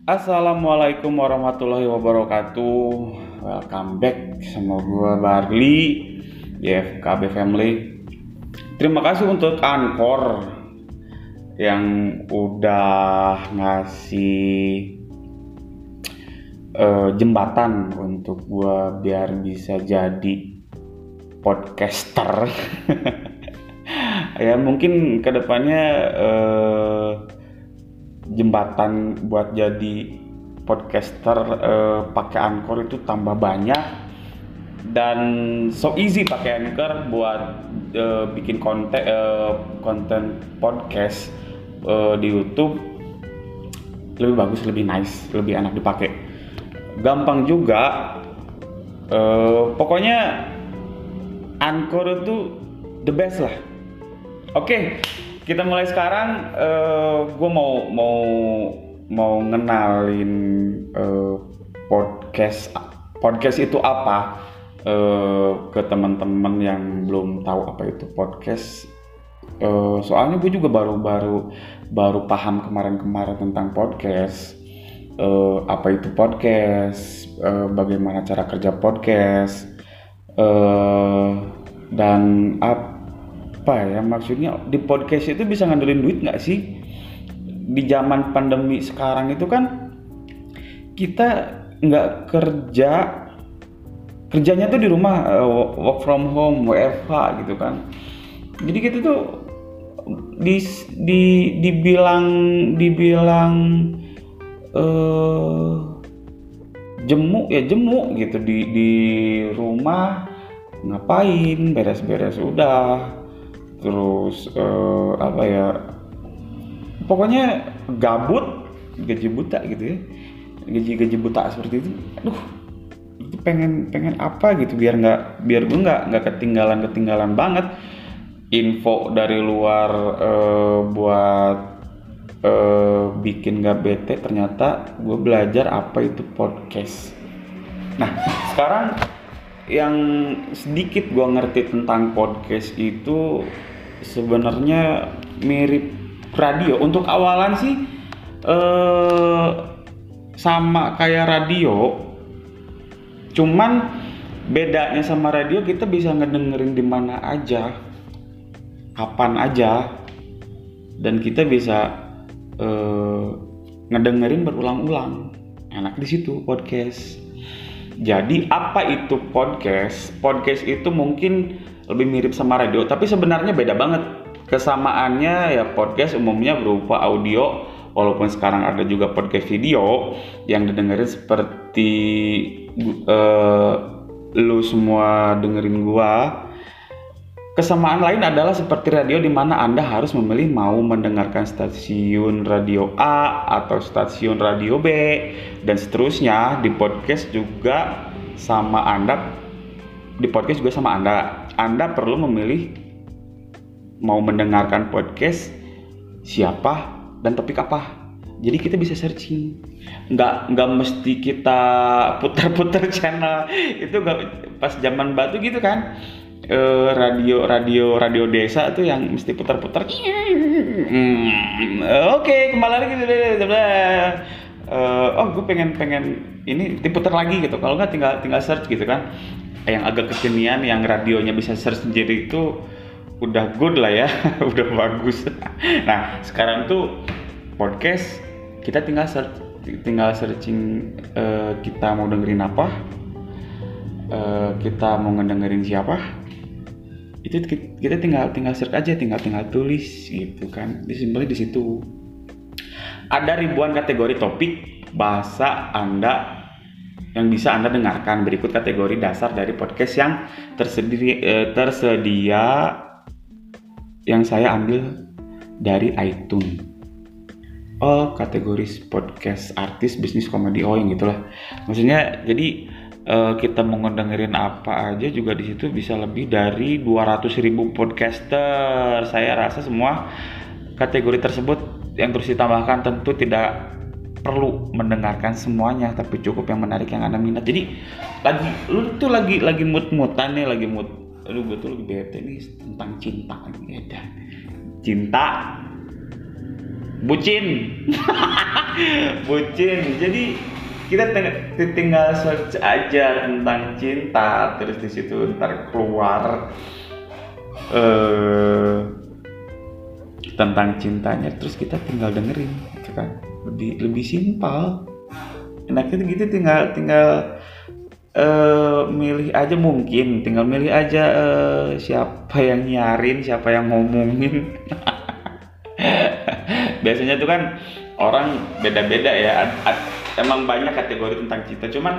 Assalamualaikum warahmatullahi wabarakatuh. Welcome back sama gua Barli di FKB Family. Terima kasih untuk Anchor yang udah ngasih jembatan untuk gua biar bisa jadi podcaster. Ya mungkin kedepannya jembatan buat jadi podcaster pakai Anchor itu tambah banyak dan so easy pakai Anchor buat bikin konten podcast di YouTube. Lebih bagus, lebih nice, lebih enak dipakai, gampang juga. Pokoknya Anchor itu the best lah. Oke, kita mulai sekarang. Gue mau ngenalin podcast itu apa ke teman-teman yang belum tahu apa itu podcast. Soalnya gue juga baru paham kemarin tentang podcast. Apa itu podcast? Bagaimana cara kerja podcast? Dan apa ya maksudnya di podcast itu bisa ngandelin duit nggak sih? Di zaman pandemi sekarang itu kan kita nggak kerjanya tuh di rumah, work from home, WFH gitu kan. Jadi kita tuh dibilang jemu gitu di rumah, ngapain, beres-beres udah, terus pokoknya gabut, gaji buta gitu ya, gaji buta seperti itu. Itu pengen apa gitu biar gue nggak ketinggalan banget info dari luar, buat bikin nggak bete. Ternyata gue belajar apa itu podcast. Nah sekarang yang sedikit gue ngerti tentang podcast itu sebenarnya mirip radio. Untuk awalan sih sama kayak radio, cuman bedanya sama radio kita bisa ngedengerin di mana aja, kapan aja, dan kita bisa ngedengerin berulang-ulang. Enak di situ podcast. Jadi apa itu podcast? Podcast itu mungkin lebih mirip sama radio, tapi sebenarnya beda banget. Kesamaannya ya podcast umumnya berupa audio, walaupun sekarang ada juga podcast video yang didengerin seperti lu semua dengerin gua. Kesamaan lain adalah seperti radio di mana Anda harus memilih mau mendengarkan stasiun radio A atau stasiun radio B dan seterusnya. Di podcast juga sama Anda. Anda perlu memilih mau mendengarkan podcast siapa dan topik apa. Jadi kita bisa searching. Nggak mesti kita putar-putar channel. Itu pas zaman batu gitu kan. Radio desa tuh yang mesti putar-putar. Oke, kembali lagi. Gue pengen ini diputar lagi gitu. Kalau nggak tinggal search gitu kan. Yang agak kekinian, yang radionya bisa search sendiri itu udah good lah ya, udah bagus. Nah sekarang tuh podcast kita tinggal searching, kita mau dengerin apa, kita mau ngedengerin siapa. Itu kita tinggal search aja, tinggal tulis gitu kan. Simpelnya di situ. Ada ribuan kategori topik bahasa yang bisa Anda dengarkan. Berikut kategori dasar dari podcast yang tersedia yang saya ambil dari iTunes. All kategori podcast, artis, bisnis, komedi, yang gitulah. Maksudnya jadi kita mau ngedengerin apa aja juga di situ bisa lebih dari 200.000 podcaster. Saya rasa semua kategori tersebut yang terus ditambahkan tentu tidak perlu mendengarkan semuanya, tapi cukup yang menarik yang Anda minat. Jadi lagi mood-moodan nih, gue tuh lagi bete nih tentang cinta. Cinta bucin. Bucin. Jadi kita tinggal search aja tentang cinta, terus di situ ntar keluar tentang cintanya, terus kita tinggal dengerin, gitu kan. Lebih simpel. Enaknya gitu, tinggal milih aja, mungkin tinggal milih aja siapa yang nyarin, siapa yang ngomongin. Biasanya tuh kan orang beda-beda ya. Emang banyak kategori tentang cinta, cuman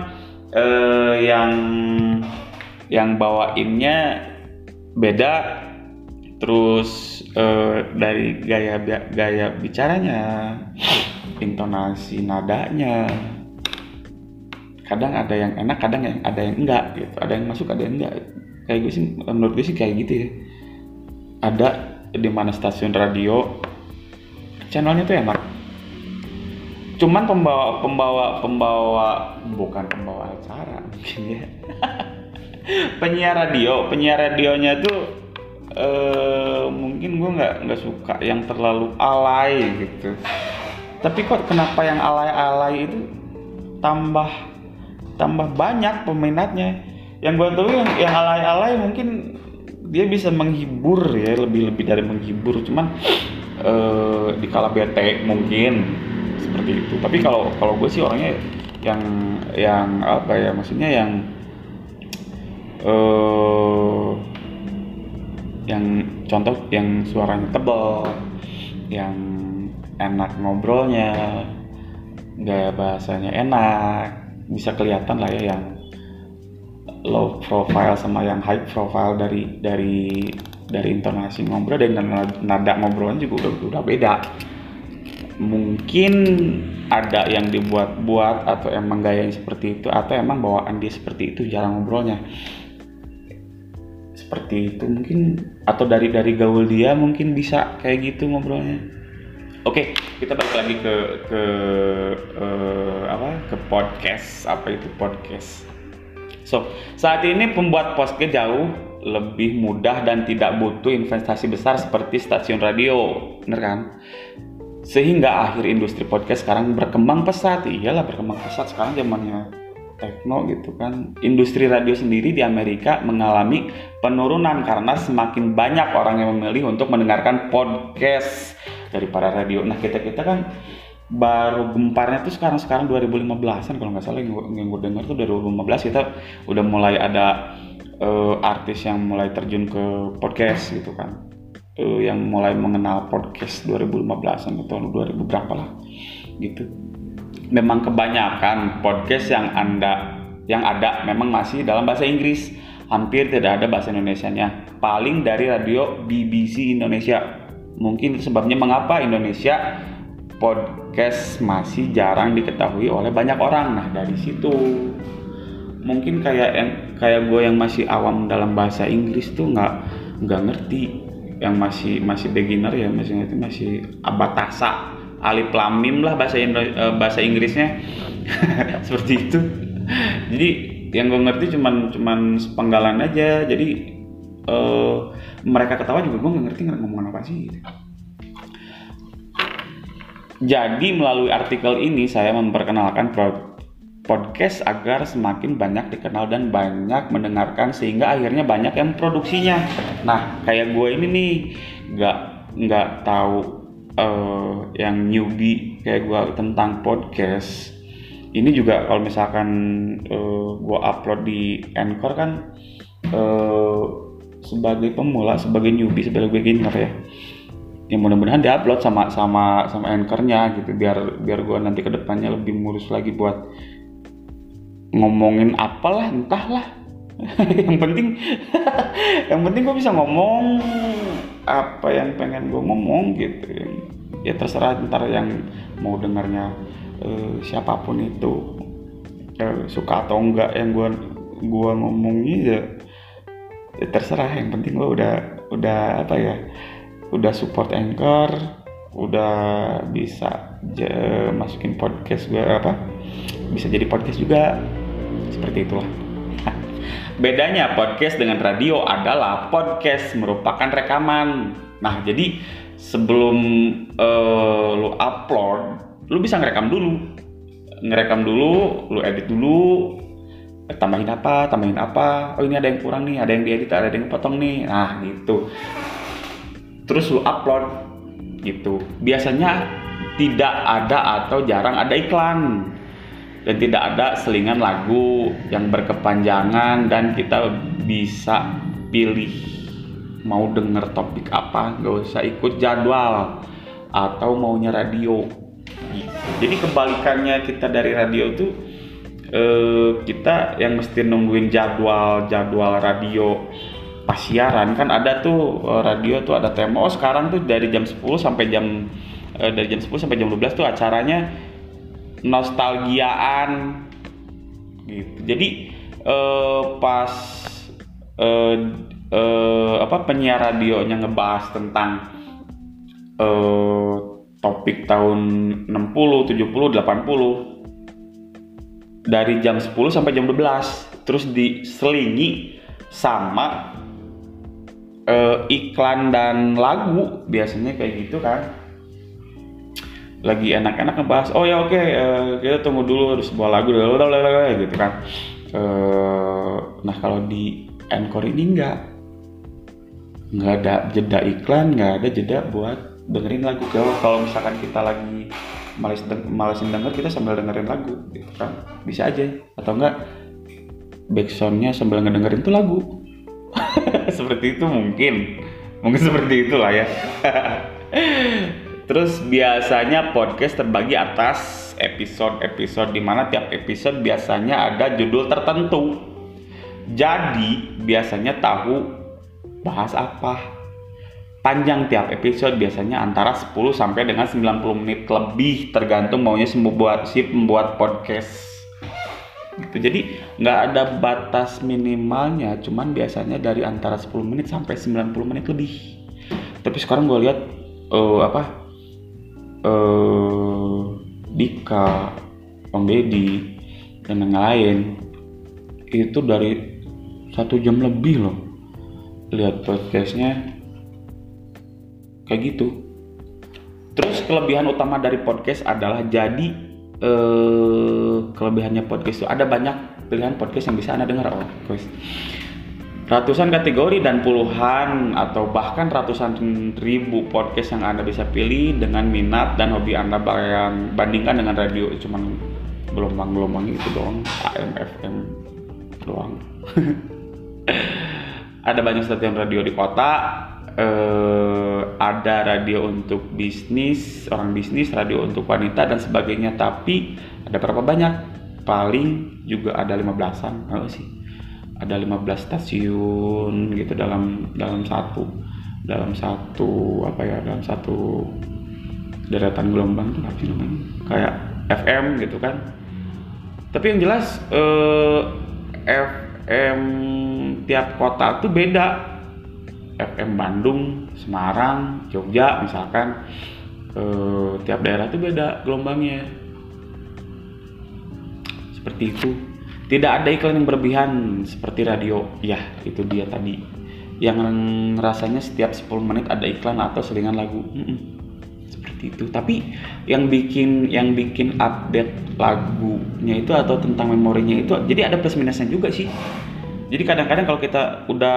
yang bawainnya beda. Terus dari gaya bicaranya, intonasi nadanya, kadang ada yang enak, kadang ada yang enggak gitu. Ada yang masuk, ada yang enggak. Kayak gue sih, menurut gue sih kayak gitu ya. Ada di mana stasiun radio channelnya tuh enak, cuman pembawa bukan pembawa acara mungkin ya. penyiar radionya tuh mungkin gue nggak suka yang terlalu alay gitu. Tapi kok kenapa yang alay itu tambah banyak peminatnya? Yang gue tahu yang alay mungkin dia bisa menghibur ya, lebih dari menghibur, cuman di kala bete mungkin seperti itu. Tapi kalau gue sih orangnya yang apa ya, maksudnya yang contoh yang suaranya tebal, yang enak ngobrolnya, gaya bahasanya enak, bisa kelihatan lah ya, yang low profile sama yang high profile dari intonasi ngobrol dan nada ngobrolnya juga udah beda. Mungkin ada yang dibuat-buat atau emang gayanya seperti itu, atau emang bawaan dia seperti itu, cara ngobrolnya seperti itu mungkin, atau dari gaul dia mungkin bisa kayak gitu ngobrolnya. Oke, kita balik lagi ke podcast. Apa itu podcast? So, saat ini pembuat podcast jauh lebih mudah dan tidak butuh investasi besar seperti stasiun radio, bener kan? Sehingga akhir industri podcast sekarang berkembang pesat. Iyalah, berkembang pesat, sekarang zamannya tekno gitu kan. Industri radio sendiri di Amerika mengalami penurunan karena semakin banyak orang yang memilih untuk mendengarkan podcast daripada radio. Nah, kita kan baru gemparnya tuh sekarang 2015an kalau nggak salah, yang gue dengar tuh 2015 kita udah mulai ada artis yang mulai terjun ke podcast gitu kan, yang mulai mengenal podcast 2015an atau 2000 berapa lah gitu. Memang kebanyakan podcast yang ada memang masih dalam bahasa Inggris, hampir tidak ada bahasa Indonesianya, paling dari radio BBC Indonesia. Mungkin itu sebabnya mengapa Indonesia podcast masih jarang diketahui oleh banyak orang. Nah, dari situ mungkin kayak gue yang masih awam dalam bahasa Inggris tuh nggak ngerti, yang masih beginner ya, masih abatasa, alif lam mim lah bahasa Inggrisnya. Seperti itu. Jadi yang gue ngerti cuman sepenggalan aja. Jadi mereka ketawa juga gue nggak ngerti ngomong apa sih gitu. Jadi melalui artikel ini saya memperkenalkan podcast agar semakin banyak dikenal dan banyak mendengarkan, sehingga akhirnya banyak yang produksinya. Nah, kayak gue ini nih nggak tahu yang newbie kayak gue tentang podcast. Ini juga kalau misalkan gue upload di Anchor kan sebagai pemula, sebagai newbie, sebagai beginner ya. Ya mudah-mudahan diupload sama Anchor-nya gitu, biar gue nanti kedepannya lebih mulus lagi buat ngomongin apalah, entahlah. yang penting gue bisa ngomong apa yang pengen gue ngomong gitu. Ya terserah ntar yang mau dengarnya siapapun itu, suka atau enggak yang gue ngomongnya ya terserah. Yang penting gue udah apa ya, udah support Anchor, udah bisa masukin podcast gue, bisa jadi podcast juga, seperti itulah. Bedanya podcast dengan radio adalah podcast merupakan rekaman. Nah, jadi sebelum lu upload, lu bisa ngerekam dulu, lu edit dulu, tambahin apa, oh ini ada yang kurang nih, ada yang diedit, ada yang potong nih, nah gitu. Terus lu upload gitu. Biasanya tidak ada atau jarang ada iklan, dan tidak ada selingan lagu yang berkepanjangan, dan kita bisa pilih mau denger topik apa, nggak usah ikut jadwal atau maunya radio gitu. Jadi kebalikannya kita dari radio tuh, kita yang mesti nungguin jadwal radio pas siaran. Kan ada tuh radio tuh ada tema, sekarang tuh dari jam 10 sampai jam 12 tuh acaranya nostalgiaan gitu. Jadi pas penyiar radionya ngebahas tentang topik tahun 60, 70, 80 dari jam 10 sampai jam 12, terus diselingi sama iklan dan lagu, biasanya kayak gitu kan. Lagi enak-enak ngebahas, oh ya oke, kita tunggu dulu ada sebuah lagu gitu kan. Nah kalau di Anchor ini nggak ada jeda iklan, nggak ada jeda buat dengerin lagu. Kalau misalkan kita lagi malesin denger, kita sambil dengerin lagu gitu kan, bisa aja. Atau enggak backsoundnya sambil ngedengerin tuh lagu. Seperti itu mungkin seperti itulah ya. Terus biasanya podcast terbagi atas episode-episode, di mana tiap episode biasanya ada judul tertentu. Jadi biasanya tahu bahas apa. Panjang tiap episode biasanya antara 10 sampai dengan 90 menit lebih, tergantung maunya si pembuat podcast. Gitu. Jadi nggak ada batas minimalnya, cuman biasanya dari antara 10 menit sampai 90 menit lebih. Tapi sekarang gue lihat Dika, Om Deddy, dan yang lain itu dari 1 jam lebih loh lihat podcastnya kayak gitu. Terus kelebihan utama dari podcast adalah kelebihannya podcast itu ada banyak pilihan podcast yang bisa Anda dengar. Ratusan kategori dan puluhan atau bahkan ratusan ribu podcast yang Anda bisa pilih dengan minat dan hobi Anda. Bandingkan dengan radio cuman gelombang-gelombang itu doang, AM, FM doang. Ada banyak stasiun radio di kota, ada radio untuk orang bisnis, radio untuk wanita dan sebagainya. Tapi ada berapa banyak? Paling juga ada 15-an, sih. Ada 15 stasiun gitu dalam satu deretan gelombang tuh apa sih namanya? Kayak FM gitu kan. Tapi yang jelas FM tiap kota tuh beda. FM Bandung, Semarang, Jogja misalkan, tiap daerah tuh beda gelombangnya. Seperti itu. Tidak ada iklan yang berlebihan seperti radio. Ya, itu dia tadi. Yang rasanya setiap 10 menit ada iklan atau selingan lagu. Seperti itu. Tapi yang bikin update lagunya itu atau tentang memorinya itu, jadi ada plus minusnya juga sih. Jadi kadang-kadang kalau kita udah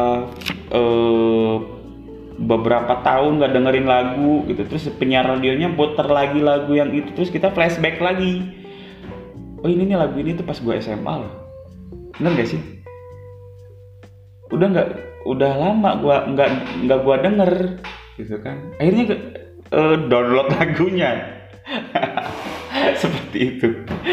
beberapa tahun nggak dengerin lagu gitu, terus penyiar radionya puter lagi lagu yang itu, terus kita flashback lagi. Oh ini nih lagu ini tuh pas gue SMA loh. Bener gak sih? Udah lama gue nggak gue denger gitu kan. Akhirnya download lagunya. Seperti itu.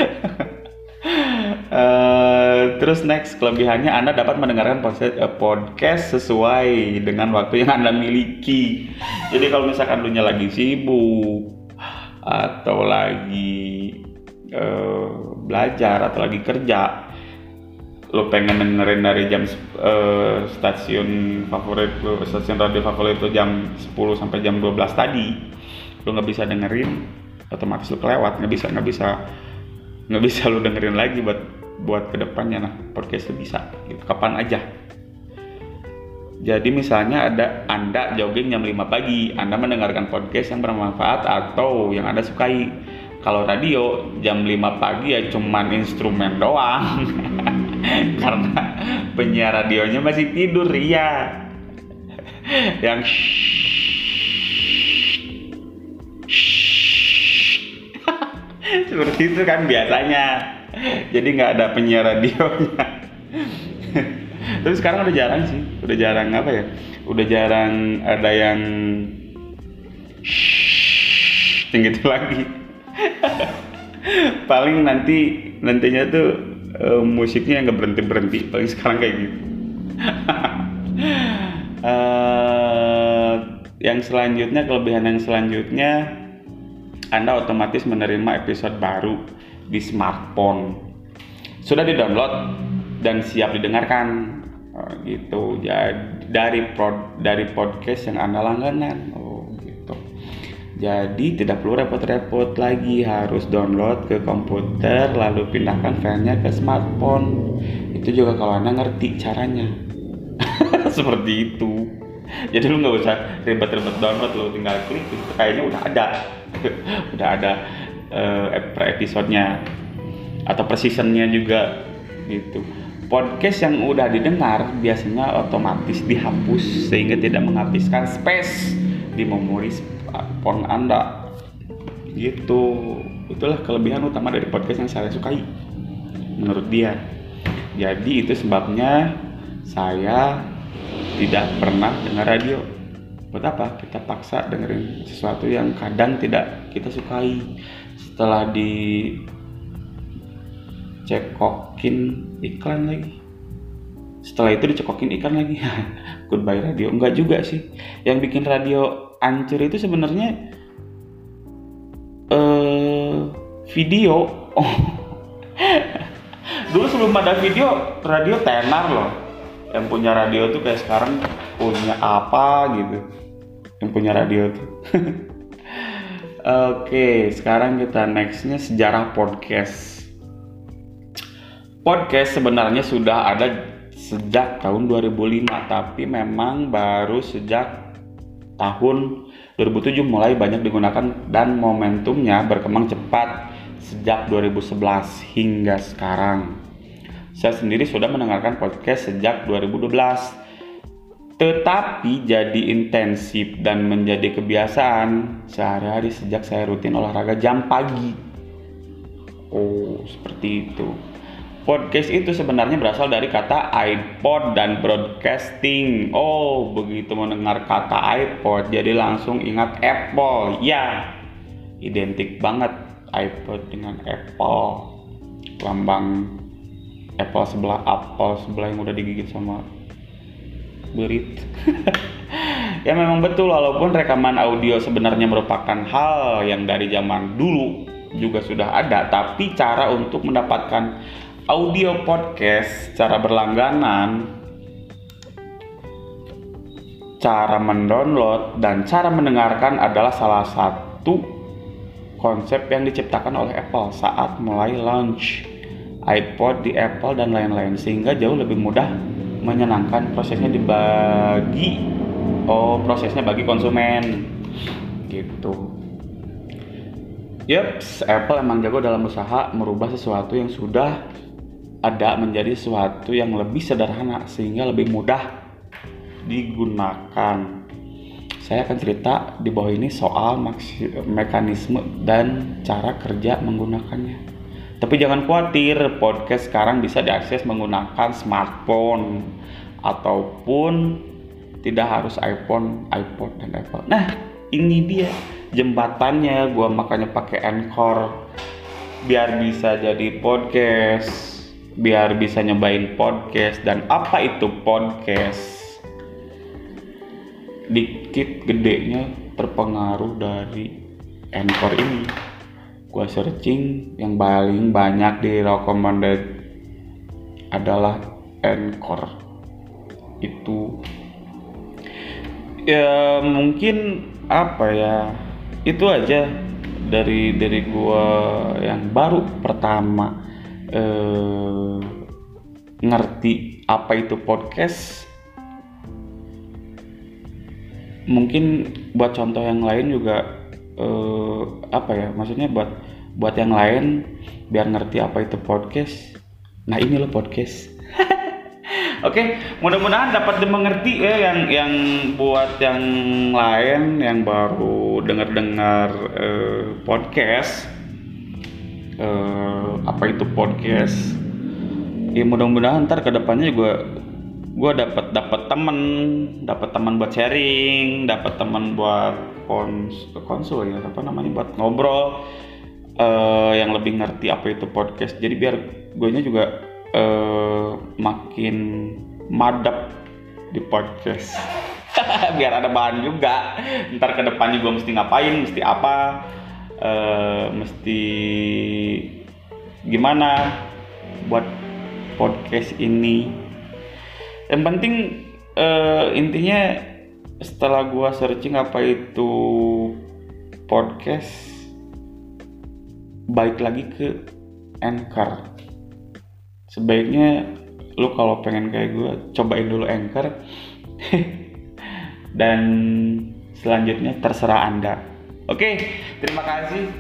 Terus next, kelebihannya Anda dapat mendengarkan podcast sesuai dengan waktu yang Anda miliki. Jadi kalau misalkan lu lagi sibuk atau lagi belajar atau lagi kerja, lu pengen dengerin dari jam stasiun radio favorit lu jam 10 sampai jam 12 tadi, lu nggak bisa dengerin, otomatis lu kelewat, nggak bisa lu dengerin lagi buat kedepannya. Nah, podcast itu bisa gitu, kapan aja. Jadi misalnya Anda jogging jam 5 pagi, Anda mendengarkan podcast yang bermanfaat atau yang Anda sukai. Kalau radio jam 5 pagi ya cuman instrumen doang. Karena penyiar radionya masih tidur ya. Yang seperti itu kan biasanya. Jadi nggak ada penyiar radionya. Tapi sekarang udah jarang sih, udah jarang apa ya? Udah jarang ada yang gitu lagi. Paling nantinya tuh musiknya nggak berhenti. Paling sekarang kayak gitu. Yang selanjutnya, kelebihan yang selanjutnya, Anda otomatis menerima episode baru di smartphone. Sudah di-download dan siap didengarkan. Gitu. Jadi dari podcast yang Anda langganan. Gitu. Jadi tidak perlu repot-repot lagi harus download ke komputer lalu pindahkan filenya ke smartphone. Itu juga kalau Anda ngerti caranya. Seperti itu. Jadi lu nggak usah ribet-ribet download, lu tinggal klik itu kayaknya udah ada per episodenya atau per seasonnya juga gitu. Podcast yang udah didengar biasanya otomatis dihapus sehingga tidak menghabiskan space di memori smartphone Anda. Gitu. Itulah kelebihan utama dari podcast yang saya sukai menurut dia. Jadi itu sebabnya saya tidak pernah dengar radio. Buat apa? Kita paksa dengerin sesuatu yang kadang tidak kita sukai. Setelah dicekokin iklan lagi. Setelah itu dicekokin iklan lagi. Goodbye radio. Enggak juga sih. Yang bikin radio hancur itu sebenarnya video. Dulu sebelum ada video, radio tenar loh. Yang punya radio tuh kayak sekarang punya apa gitu. Yang punya radio tuh. Oke, sekarang kita nextnya sejarah podcast. Podcast sebenarnya sudah ada sejak tahun 2005, tapi memang baru sejak tahun 2007 mulai banyak digunakan dan momentumnya berkembang cepat sejak 2011 hingga sekarang. Saya sendiri sudah mendengarkan podcast sejak 2012, tetapi jadi intensif dan menjadi kebiasaan sehari-hari sejak saya rutin olahraga jam pagi. Seperti itu. Podcast itu sebenarnya berasal dari kata iPod dan broadcasting. Begitu mendengar kata iPod jadi langsung ingat Apple. Ya, identik banget iPod dengan Apple. Lambang apel sebelah yang udah digigit sama berit. Ya memang betul, walaupun rekaman audio sebenarnya merupakan hal yang dari zaman dulu juga sudah ada, tapi cara untuk mendapatkan audio podcast secara berlangganan, cara mendownload dan cara mendengarkan adalah salah satu konsep yang diciptakan oleh Apple saat mulai launch iPod di Apple dan lain-lain, sehingga jauh lebih mudah menyenangkan prosesnya bagi konsumen gitu. Apple emang jago dalam usaha merubah sesuatu yang sudah ada menjadi sesuatu yang lebih sederhana sehingga lebih mudah digunakan. Saya akan cerita di bawah ini soal mekanisme dan cara kerja menggunakannya. Tapi jangan khawatir, podcast sekarang bisa diakses menggunakan smartphone ataupun tidak harus iPhone, iPod, dan Apple. Nah, ini dia jembatannya, gua makanya pakai Anchor biar bisa jadi podcast, biar bisa nyobain podcast. Dan apa itu podcast? Dikit gedenya terpengaruh dari Anchor ini. Gua searching yang paling banyak direkomendasi adalah Anchor. Itu ya mungkin itu aja dari gua yang baru pertama ngerti apa itu podcast. mungkin buat contoh yang lain juga, apa ya, maksudnya buat yang lain biar ngerti apa itu podcast. Nah ini loh podcast. Oke, mudah-mudahan dapat dimengerti ya, yang buat yang lain yang baru dengar podcast, apa itu podcast. Ya mudah-mudahan ntar kedepannya juga gue dapat teman buat sharing, dapat teman buat konsul ya, apa namanya, buat ngobrol, yang lebih ngerti apa itu podcast. Jadi biar gue nya juga makin madap di podcast. Biar ada bahan juga ntar kedepannya gue mesti ngapain, mesti apa, mesti gimana buat podcast ini. Yang penting intinya setelah gua searching apa itu podcast, balik lagi ke Anchor. Sebaiknya lu kalau pengen kayak gua cobain dulu Anchor. Dan selanjutnya terserah Anda. Oke, terima kasih.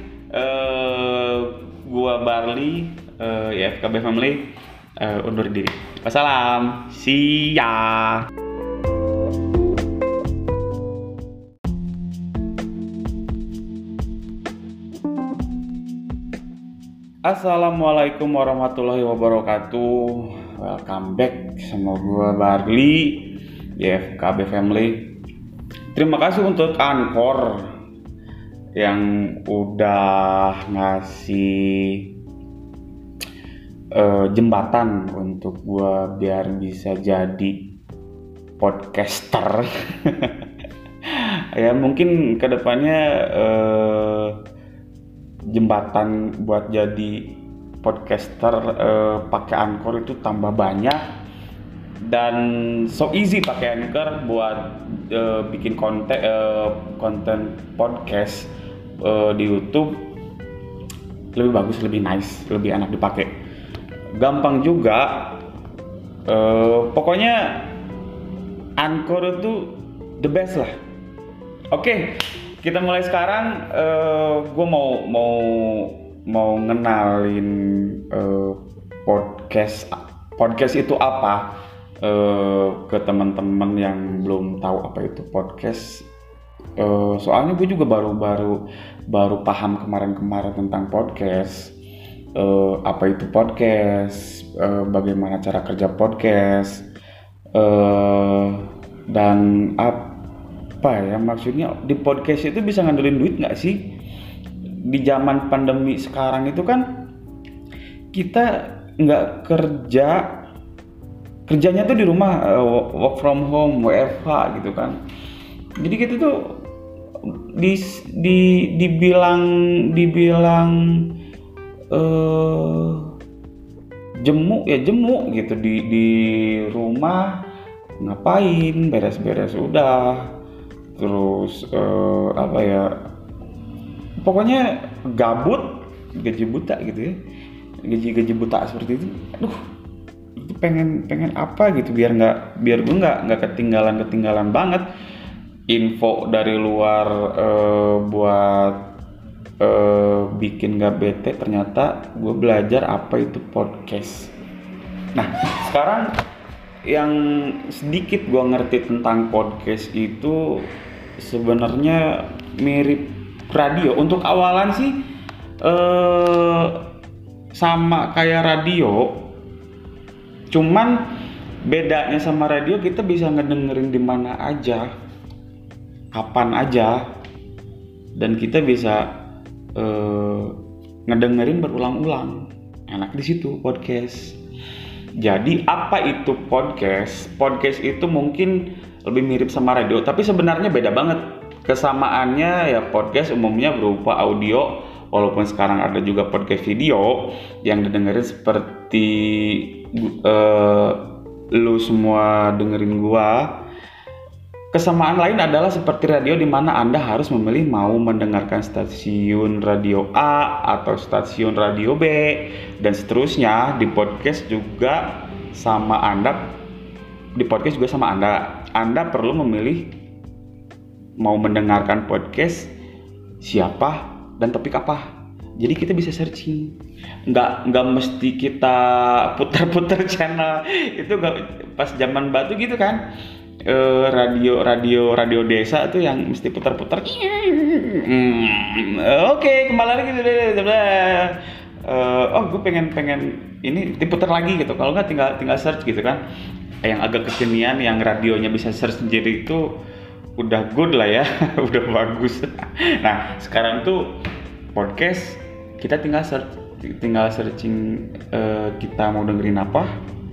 Gua Barli, YFKB Family, undur diri. Wassalam. See ya. Assalamualaikum warahmatullahi wabarakatuh. Welcome back sama gua Barli, YFKB Family. Terima kasih untuk Anchor yang udah ngasih jembatan untuk gua biar bisa jadi podcaster. Ya mungkin kedepannya jembatan buat jadi podcaster pakai Anchor itu tambah banyak, dan so easy pakai Anchor buat bikin konten podcast di YouTube. Lebih bagus, lebih nice, lebih enak dipakai, gampang juga. Pokoknya Anchor itu the best lah. Oke, kita mulai sekarang. Gue mau ngenalin podcast itu apa ke teman-teman yang belum tahu apa itu podcast. Soalnya gue juga baru paham kemarin tentang podcast. Apa itu podcast, bagaimana cara kerja podcast, dan apa ya maksudnya di podcast itu bisa ngandelin duit nggak sih? Di zaman pandemi sekarang itu kan kita nggak kerjanya tuh di rumah, work from home, WFH gitu kan. Jadi kita tuh dibilang jemu gitu di rumah, ngapain, beres-beres udah, terus apa ya, pokoknya gabut, gaji buta gitu ya, gaji buta seperti itu. Aduh, itu pengen apa gitu biar gue nggak ketinggalan banget info dari luar, buat bikin gak bete. Ternyata gue belajar apa itu podcast. Nah sekarang yang sedikit gue ngerti tentang podcast itu sebenarnya mirip radio. Untuk awalan sih sama kayak radio, cuman bedanya sama radio kita bisa ngedengerin di mana aja, kapan aja, dan kita bisa ngedengerin berulang-ulang. Enak di situ podcast. Jadi apa itu podcast? Podcast itu mungkin lebih mirip sama radio, tapi sebenarnya beda banget. Kesamaannya ya, podcast umumnya berupa audio, walaupun sekarang ada juga podcast video yang didengerin seperti lu semua dengerin gua. Kesamaan lain adalah seperti radio, di mana Anda harus memilih mau mendengarkan stasiun radio A atau stasiun radio B dan seterusnya. Di podcast juga sama Anda. Anda perlu memilih mau mendengarkan podcast siapa dan topik apa. Jadi kita bisa searching, nggak mesti kita putar-putar channel. Itu nggak, pas zaman batu gitu kan, radio desa tuh yang mesti putar-putar. Oke, kembali lagi. Oh, gue pengen ini diputar lagi gitu. Kalau nggak tinggal search gitu kan. Yang agak kekinian, yang radionya bisa search sendiri itu udah good lah ya, udah bagus. Nah, sekarang tuh podcast kita tinggal searching, kita mau dengerin apa,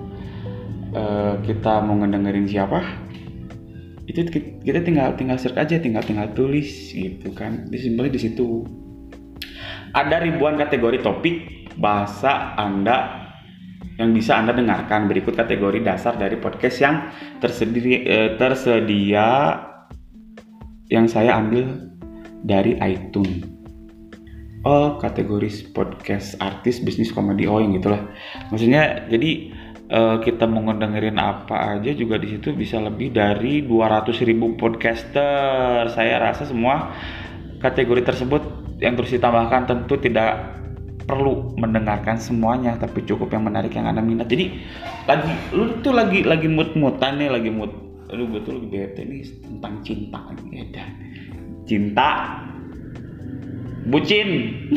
kita mau ngedengerin siapa, itu kita tinggal search aja, tinggal tulis gitu kan. Simpelnya di situ. Ada ribuan kategori topik bahasa Anda yang bisa Anda dengarkan. Berikut kategori dasar dari podcast yang tersedia yang saya ambil dari iTunes. Oh, kategori podcast artis bisnis komedi, yang gitulah. Maksudnya jadi kita mau ngedengerin apa aja juga di situ bisa lebih dari 200.000 podcaster. Saya rasa semua kategori tersebut yang terus ditambahkan tentu tidak perlu mendengarkan semuanya, tapi cukup yang menarik yang Anda minat. Jadi lu tuh lagi mood-moodan nih, aduh gue tuh lagi bete nih tentang cinta nih, cinta bucin.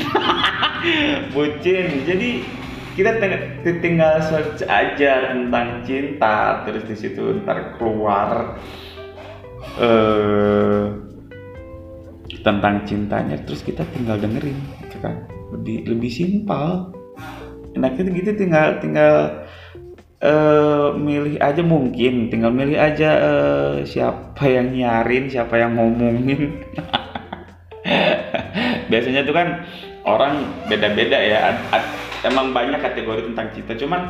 Bucin. Jadi kita tinggal search aja tentang cinta, terus di situ ntar keluar tentang cintanya, terus kita tinggal dengerin gitu kan. Lebih simpel. Enaknya gitu, tinggal milih aja, mungkin tinggal milih aja siapa yang nyarin, siapa yang ngomongin. Biasanya tuh kan orang beda-beda ya. Emang banyak kategori tentang cinta, cuman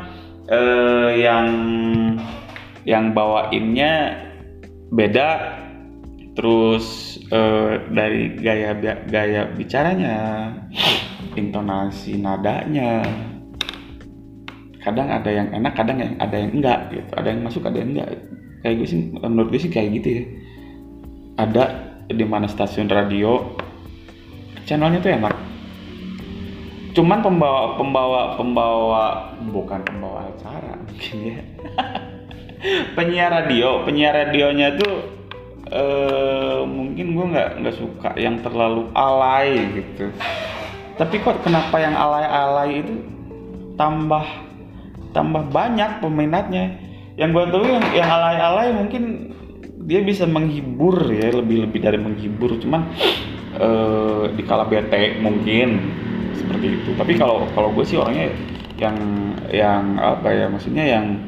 yang bawainnya beda. Terus dari gaya bicaranya, intonasi nadanya, kadang ada yang enak, kadang ada yang enggak gitu. Ada yang masuk, ada yang enggak. Kayak gue sih, menurut gue sih kayak gitu ya. Ada di mana stasiun radio channelnya tuh enak, cuman pembawa bukan pembawa acara mungkin ya. penyiar radionya tuh mungkin gue nggak suka yang terlalu alay gitu. Tapi kok kenapa yang alay itu tambah banyak peminatnya. Yang gue tahu yang alay mungkin dia bisa menghibur ya, lebih dari menghibur, cuman di kala bete mungkin seperti itu. Tapi kalau gue sih orangnya yang apa ya, maksudnya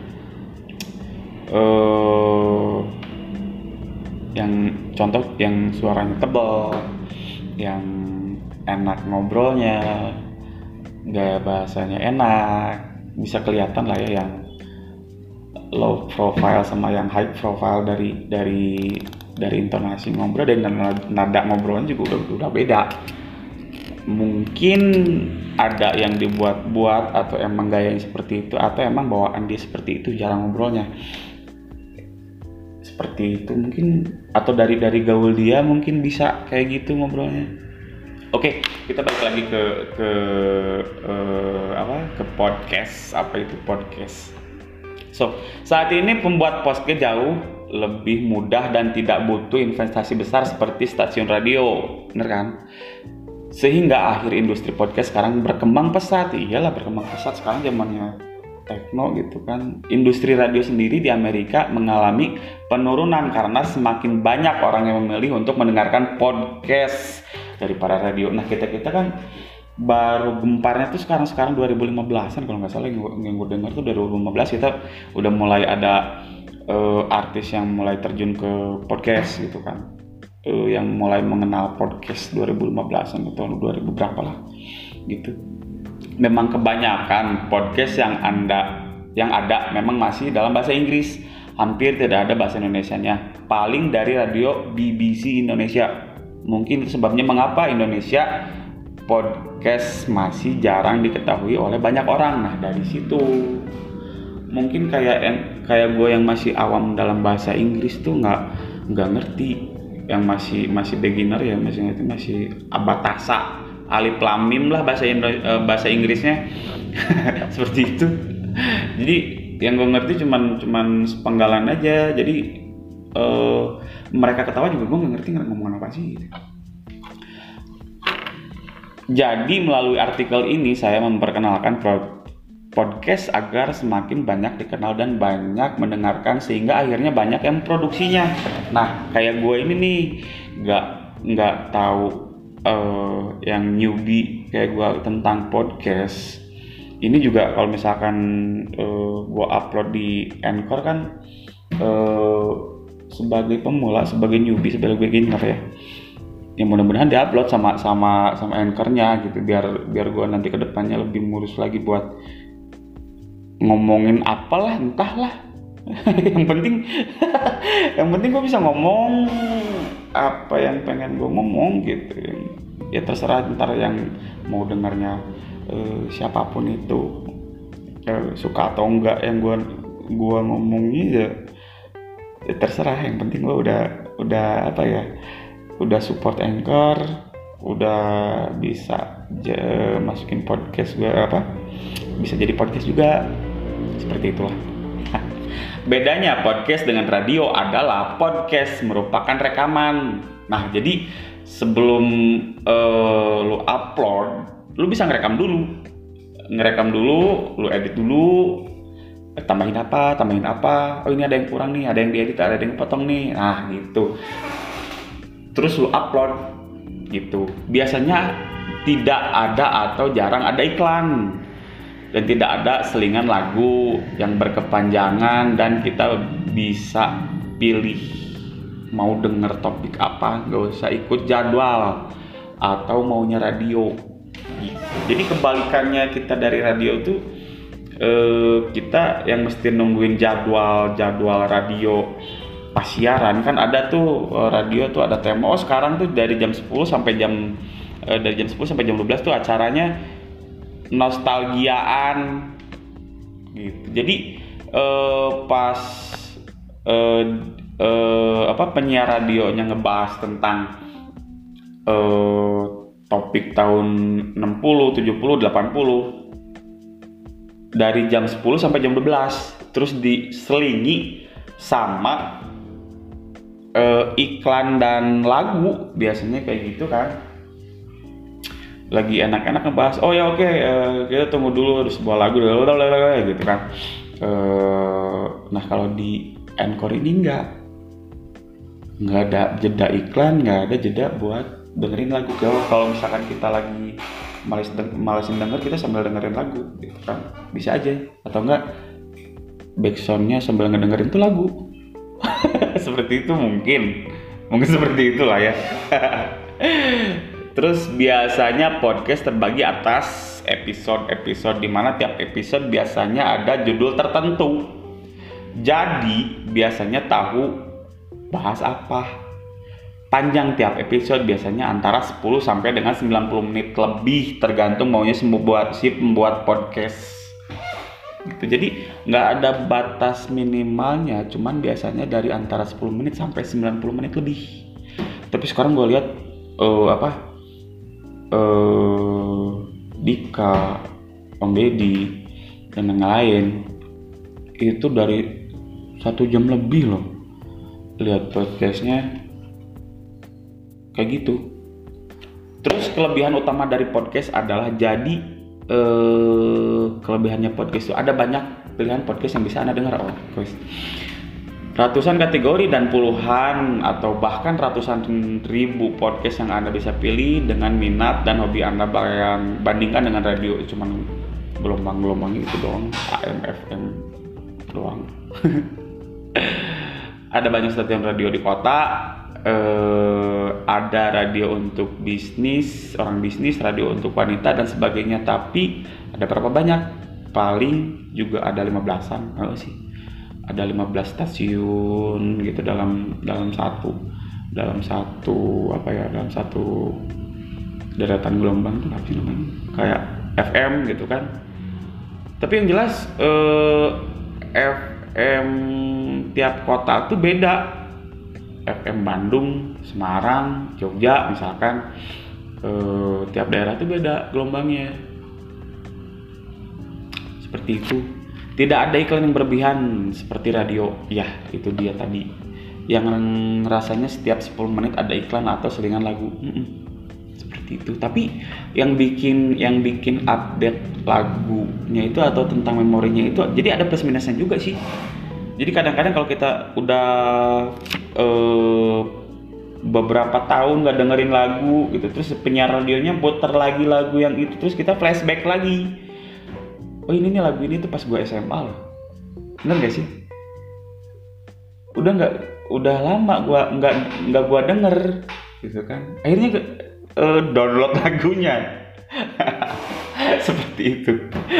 yang contoh yang suaranya tebal, yang enak ngobrolnya, gaya bahasanya enak, bisa kelihatan lah ya, yang low profile sama yang high profile dari intonasi ngobrol dan nada ngobrolnya juga udah beda. Mungkin ada yang dibuat-buat atau emang gaya yang seperti itu, atau emang bawaan dia seperti itu, jarang ngobrolnya seperti itu mungkin, atau dari gaul dia mungkin bisa kayak gitu ngobrolnya. Oke, kita balik lagi ke podcast. Apa itu podcast? So, saat ini pembuat podcast jauh lebih mudah dan tidak butuh investasi besar seperti stasiun radio, bener kan? Sehingga akhir industri podcast sekarang berkembang pesat. Iyalah, berkembang pesat, sekarang zamannya tekno gitu kan. Industri radio sendiri di Amerika mengalami penurunan karena semakin banyak orang yang memilih untuk mendengarkan podcast daripada radio. Nah, kita kan baru gemparnya tuh sekarang 2015an kalau nggak salah, yang gue dengar tuh 2015 kita udah mulai ada artis yang mulai terjun ke podcast gitu kan, yang mulai mengenal podcast 2015an atau 2000 berapa lah gitu. Memang kebanyakan podcast yang ada memang masih dalam bahasa Inggris, hampir tidak ada bahasa Indonesianya, paling dari radio BBC Indonesia. Mungkin itu sebabnya mengapa Indonesia podcast masih jarang diketahui oleh banyak orang. Nah, dari situ mungkin kayak gue yang masih awam dalam bahasa Inggris tuh nggak ngerti yang masih beginner ya, masih abatasa, alif lam mim lah bahasa Inggrisnya. Seperti itu. Jadi yang gue ngerti cuman sepenggalan aja. Jadi mereka ketawa juga gue nggak ngerti ngomong apa sih gitu. Jadi melalui artikel ini saya memperkenalkan podcast agar semakin banyak dikenal dan banyak mendengarkan, sehingga akhirnya banyak yang produksinya. Nah, kayak gue ini nih nggak tahu yang newbie kayak gue tentang podcast. Ini juga kalau misalkan gue upload di Anchor kan sebagai pemula, sebagai newbie, sebagai beginner ya. Ya mudah-mudahan diupload sama Anchor-nya gitu, biar gue nanti kedepannya lebih mulus lagi buat ngomongin apalah entahlah. yang penting gue bisa ngomong apa yang pengen gue ngomong gitu. Ya terserah ntar yang mau dengarnya siapapun itu suka atau enggak yang gue ngomongnya ya terserah. Yang penting gue udah apa ya, udah support Anchor, udah bisa masukin podcast gue bisa jadi podcast juga, seperti itulah. Bedanya podcast dengan radio adalah podcast merupakan rekaman. Nah, jadi sebelum lu upload, lu bisa ngerekam dulu, lu edit dulu, tambahin apa, oh ini ada yang kurang nih, ada yang diedit, ada yang potong nih, nah gitu. Terus lu upload gitu. Biasanya tidak ada atau jarang ada iklan, dan tidak ada selingan lagu yang berkepanjangan, dan kita bisa pilih mau denger topik apa, nggak usah ikut jadwal atau maunya radio. Jadi kebalikannya kita dari radio tuh, kita yang mesti nungguin jadwal radio pas siaran. Kan ada tuh radio tuh ada tema, oh sekarang tuh dari jam 10 sampai jam 12 tuh acaranya nostalgiaan gitu. Jadi pas penyiar radionya ngebahas tentang topik tahun 60, 70, 80 dari jam 10 sampai jam 12, terus diselingi sama iklan dan lagu, biasanya kayak gitu kan. Lagi enak-enak ngebahas, oh ya oke, kita tunggu dulu harus bawa lagu gitu kan. Nah kalau di Anchor ini nggak ada jeda iklan, nggak ada jeda buat dengerin lagu. Kalau misalkan kita lagi malesin denger, kita sambil dengerin lagu gitu kan, bisa aja. Atau enggak backsoundnya sambil ngedengerin tuh lagu. Seperti itu mungkin seperti itulah ya. Terus biasanya podcast terbagi atas episode-episode, di mana tiap episode biasanya ada judul tertentu. Jadi biasanya tahu bahas apa. Panjang tiap episode biasanya antara 10 sampai dengan 90 menit lebih, tergantung maunya membuat podcast. Gitu. Jadi nggak ada batas minimalnya, cuman biasanya dari antara 10 menit sampai 90 menit lebih. Tapi sekarang gue lihat Dika, Om Deddy, dan yang lain itu dari 1 jam lebih loh lihat podcastnya kayak gitu. Terus kelebihan utama dari podcast adalah kelebihannya podcast itu ada banyak pilihan podcast yang bisa Anda dengar. Ratusan kategori dan puluhan atau bahkan ratusan ribu podcast yang Anda bisa pilih dengan minat dan hobi Anda. Bandingkan dengan radio, cuman gelombang-gelombang itu doang, AM, FM doang. Ada banyak stasiun radio di kota, ada radio untuk bisnis, orang bisnis, radio untuk wanita dan sebagainya. Tapi ada berapa banyak? Paling juga ada 15-an sih. Ada 15 stasiun gitu dalam satu deretan gelombang itu apa sih namanya? Kayak FM gitu kan. Tapi yang jelas FM tiap kota tuh beda. FM Bandung, Semarang, Jogja misalkan, tiap daerah itu beda gelombangnya. Seperti itu. Tidak ada iklan yang berlebihan seperti radio. Ya, itu dia tadi. Yang rasanya setiap 10 menit ada iklan atau selingan lagu. Seperti itu. Tapi yang bikin update lagunya itu atau tentang memorinya itu, jadi ada plus minusnya juga sih. Jadi kadang-kadang kalau kita udah beberapa tahun nggak dengerin lagu gitu, terus penyiar radionya puter lagi lagu yang itu, terus kita flashback lagi. Oh ini nih lagu ini tuh pas gue SMA loh. Bener gak sih? Udah lama gue nggak gue denger gitu kan. Akhirnya download lagunya. Seperti itu.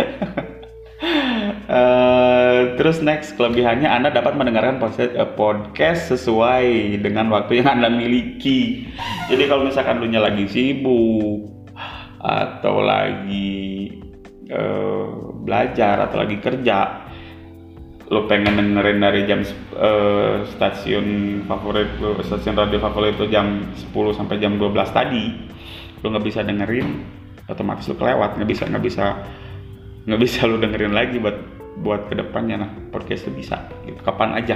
Terus next, kelebihannya Anda dapat mendengarkan podcast sesuai dengan waktu yang Anda miliki. Jadi kalau misalkan lu nya lagi sibuk atau lagi belajar atau lagi kerja, lu pengen dengerin dari jam stasiun radio favorit itu jam 10 sampai jam 12 tadi, lu nggak bisa dengerin, otomatis lu kelewat, nggak bisa lu dengerin lagi buat kedepannya. Nah, podcast itu bisa gitu, kapan aja.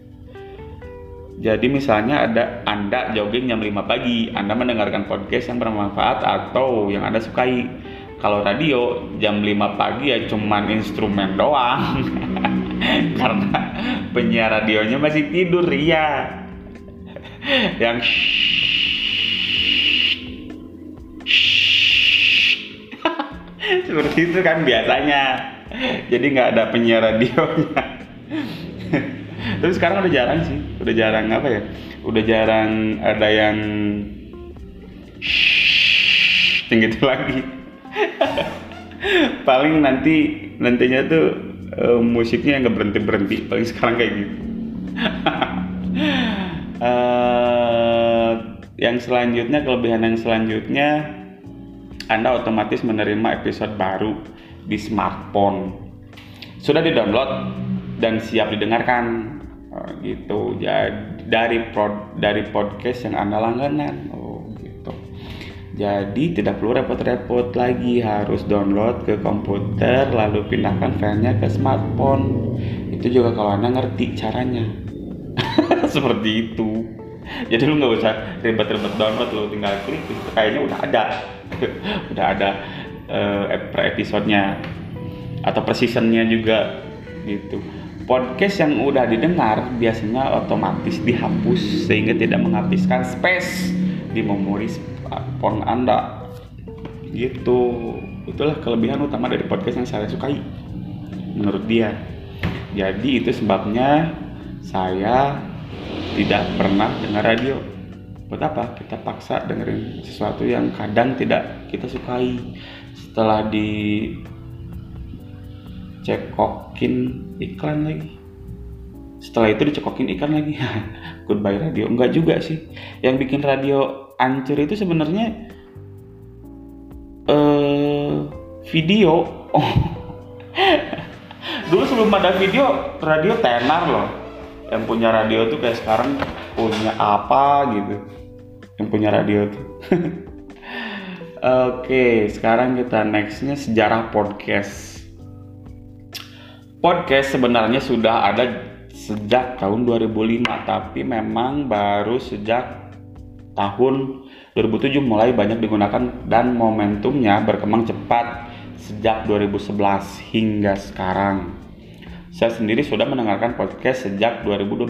Jadi misalnya Anda jogging jam 5 pagi, Anda mendengarkan podcast yang bermanfaat atau yang Anda sukai. Kalau radio jam 5 pagi ya cuman instrumen doang. Karena penyiar radionya masih tidur, ya. Yang seperti itu kan biasanya. Jadi nggak ada penyiar radionya. Tapi sekarang udah jarang sih, udah jarang ada yang gitu lagi. Paling nantinya tuh musiknya nggak berhenti paling sekarang kayak gitu. Kelebihan yang selanjutnya, Anda otomatis menerima episode baru di smartphone. Sudah di-download dan siap didengarkan gitu. Jadi dari podcast yang Anda langganan. Gitu. Jadi tidak perlu repot-repot lagi harus download ke komputer lalu pindahkan filenya ke smartphone. Itu juga kalau Anda ngerti caranya. Seperti itu. Jadi lu nggak usah ribet-ribet download, lu tinggal klik, kayaknya udah ada per episodenya atau per seasonnya juga gitu. Podcast yang udah didengar biasanya otomatis dihapus sehingga tidak menghabiskan space di memori smartphone Anda gitu. Itulah kelebihan utama dari podcast yang saya sukai menurut dia. Jadi itu sebabnya saya tidak pernah dengar radio. Buat apa? Kita paksa dengerin sesuatu yang kadang tidak kita sukai. Setelah dicekokin iklan lagi. Setelah itu dicekokin iklan lagi. Goodbye radio. Enggak juga sih. Yang bikin radio hancur itu sebenarnya video. Dulu sebelum ada video, radio tenar loh. Yang punya radio tuh kayak sekarang punya apa gitu. Yang punya radio tuh. Oke, sekarang kita nextnya sejarah podcast. Podcast sebenarnya sudah ada sejak tahun 2005, tapi memang baru sejak tahun 2007 mulai banyak digunakan dan momentumnya berkembang cepat sejak 2011 hingga sekarang. Saya sendiri sudah mendengarkan podcast sejak 2012,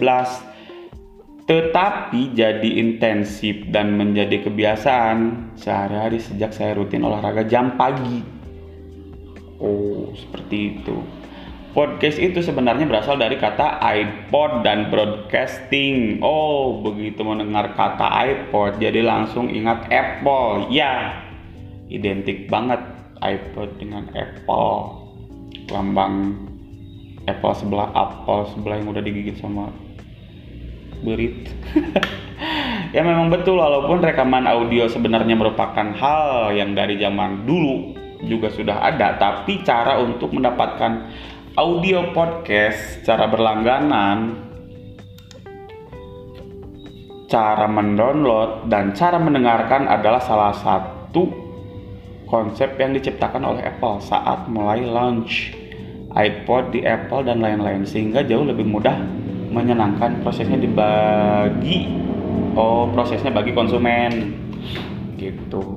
tetapi jadi intensif dan menjadi kebiasaan sehari-hari sejak saya rutin olahraga jam pagi. Seperti itu. Podcast itu sebenarnya berasal dari kata iPod dan broadcasting. Begitu mendengar kata iPod jadi langsung ingat Apple. Ya, identik banget iPod dengan Apple. Lambang apel sebelah yang udah digigit sama berit. Ya memang betul, walaupun rekaman audio sebenarnya merupakan hal yang dari zaman dulu juga sudah ada, tapi cara untuk mendapatkan audio podcast secara berlangganan cara mendownload dan cara mendengarkan adalah salah satu konsep yang diciptakan oleh Apple saat mulai launch iPod di Apple dan lain-lain, sehingga jauh lebih mudah menyenangkan prosesnya bagi konsumen gitu.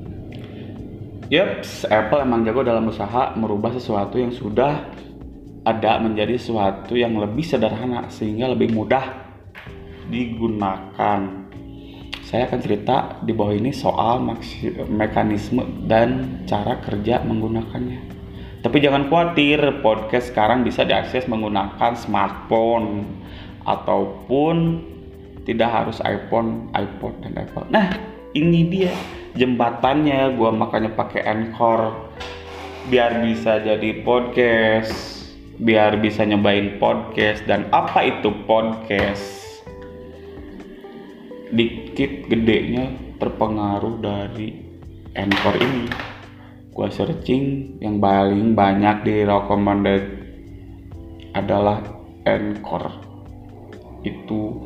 Yups, Apple emang jago dalam usaha merubah sesuatu yang sudah ada menjadi sesuatu yang lebih sederhana sehingga lebih mudah digunakan. Saya akan cerita di bawah ini soal mekanisme dan cara kerja menggunakannya. Tapi jangan khawatir, podcast sekarang bisa diakses menggunakan smartphone ataupun tidak harus iPhone, iPod, dan Apple. Nah, ini dia jembatannya, gua makanya pakai Anchor biar bisa jadi podcast, biar bisa nyobain podcast. Dan apa itu podcast? Dikit gedenya terpengaruh dari Anchor ini. Gua searching, yang paling banyak direkomendasi adalah Anchor. Itu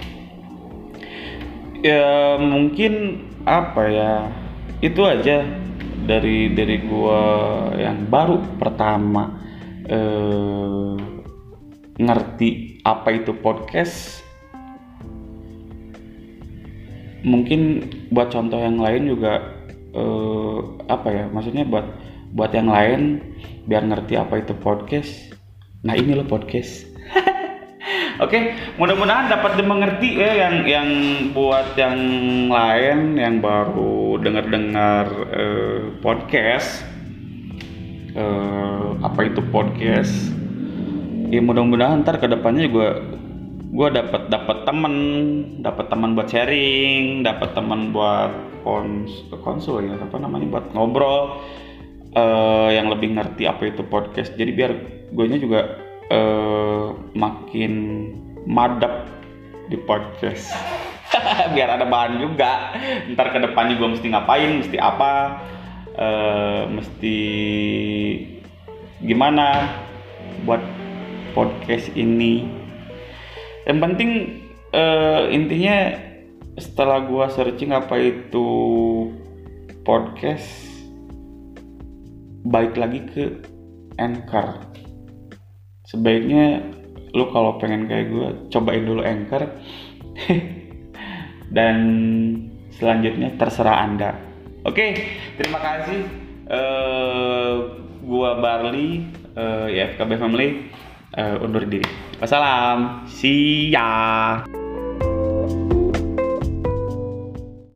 ya mungkin apa ya, itu aja dari gua yang baru pertama ngerti apa itu podcast. Mungkin buat contoh yang lain juga maksudnya buat yang lain biar ngerti apa itu podcast. Nah, ini loh podcast. Oke, mudah-mudahan dapat dimengerti ya yang buat yang lain yang baru dengar podcast. Apa itu podcast? Ya mudah-mudahan ntar kedepannya juga gue dapat teman buat sharing, dapat teman buat konsul ya, buat ngobrol yang lebih ngerti apa itu podcast. Jadi biar guenya juga makin madep di podcast. Biar ada bahan juga. Ntar kedepannya gue mesti ngapain, mesti apa, mesti gimana buat podcast ini. Yang penting intinya setelah gue searching apa itu podcast, balik lagi ke Anchor. Sebaiknya lu kalau pengen kayak gue, cobain dulu Anchor. Dan selanjutnya terserah Anda. Oke, terima kasih. Gua Barli, FKB Family, undur diri. Wassalam. See ya.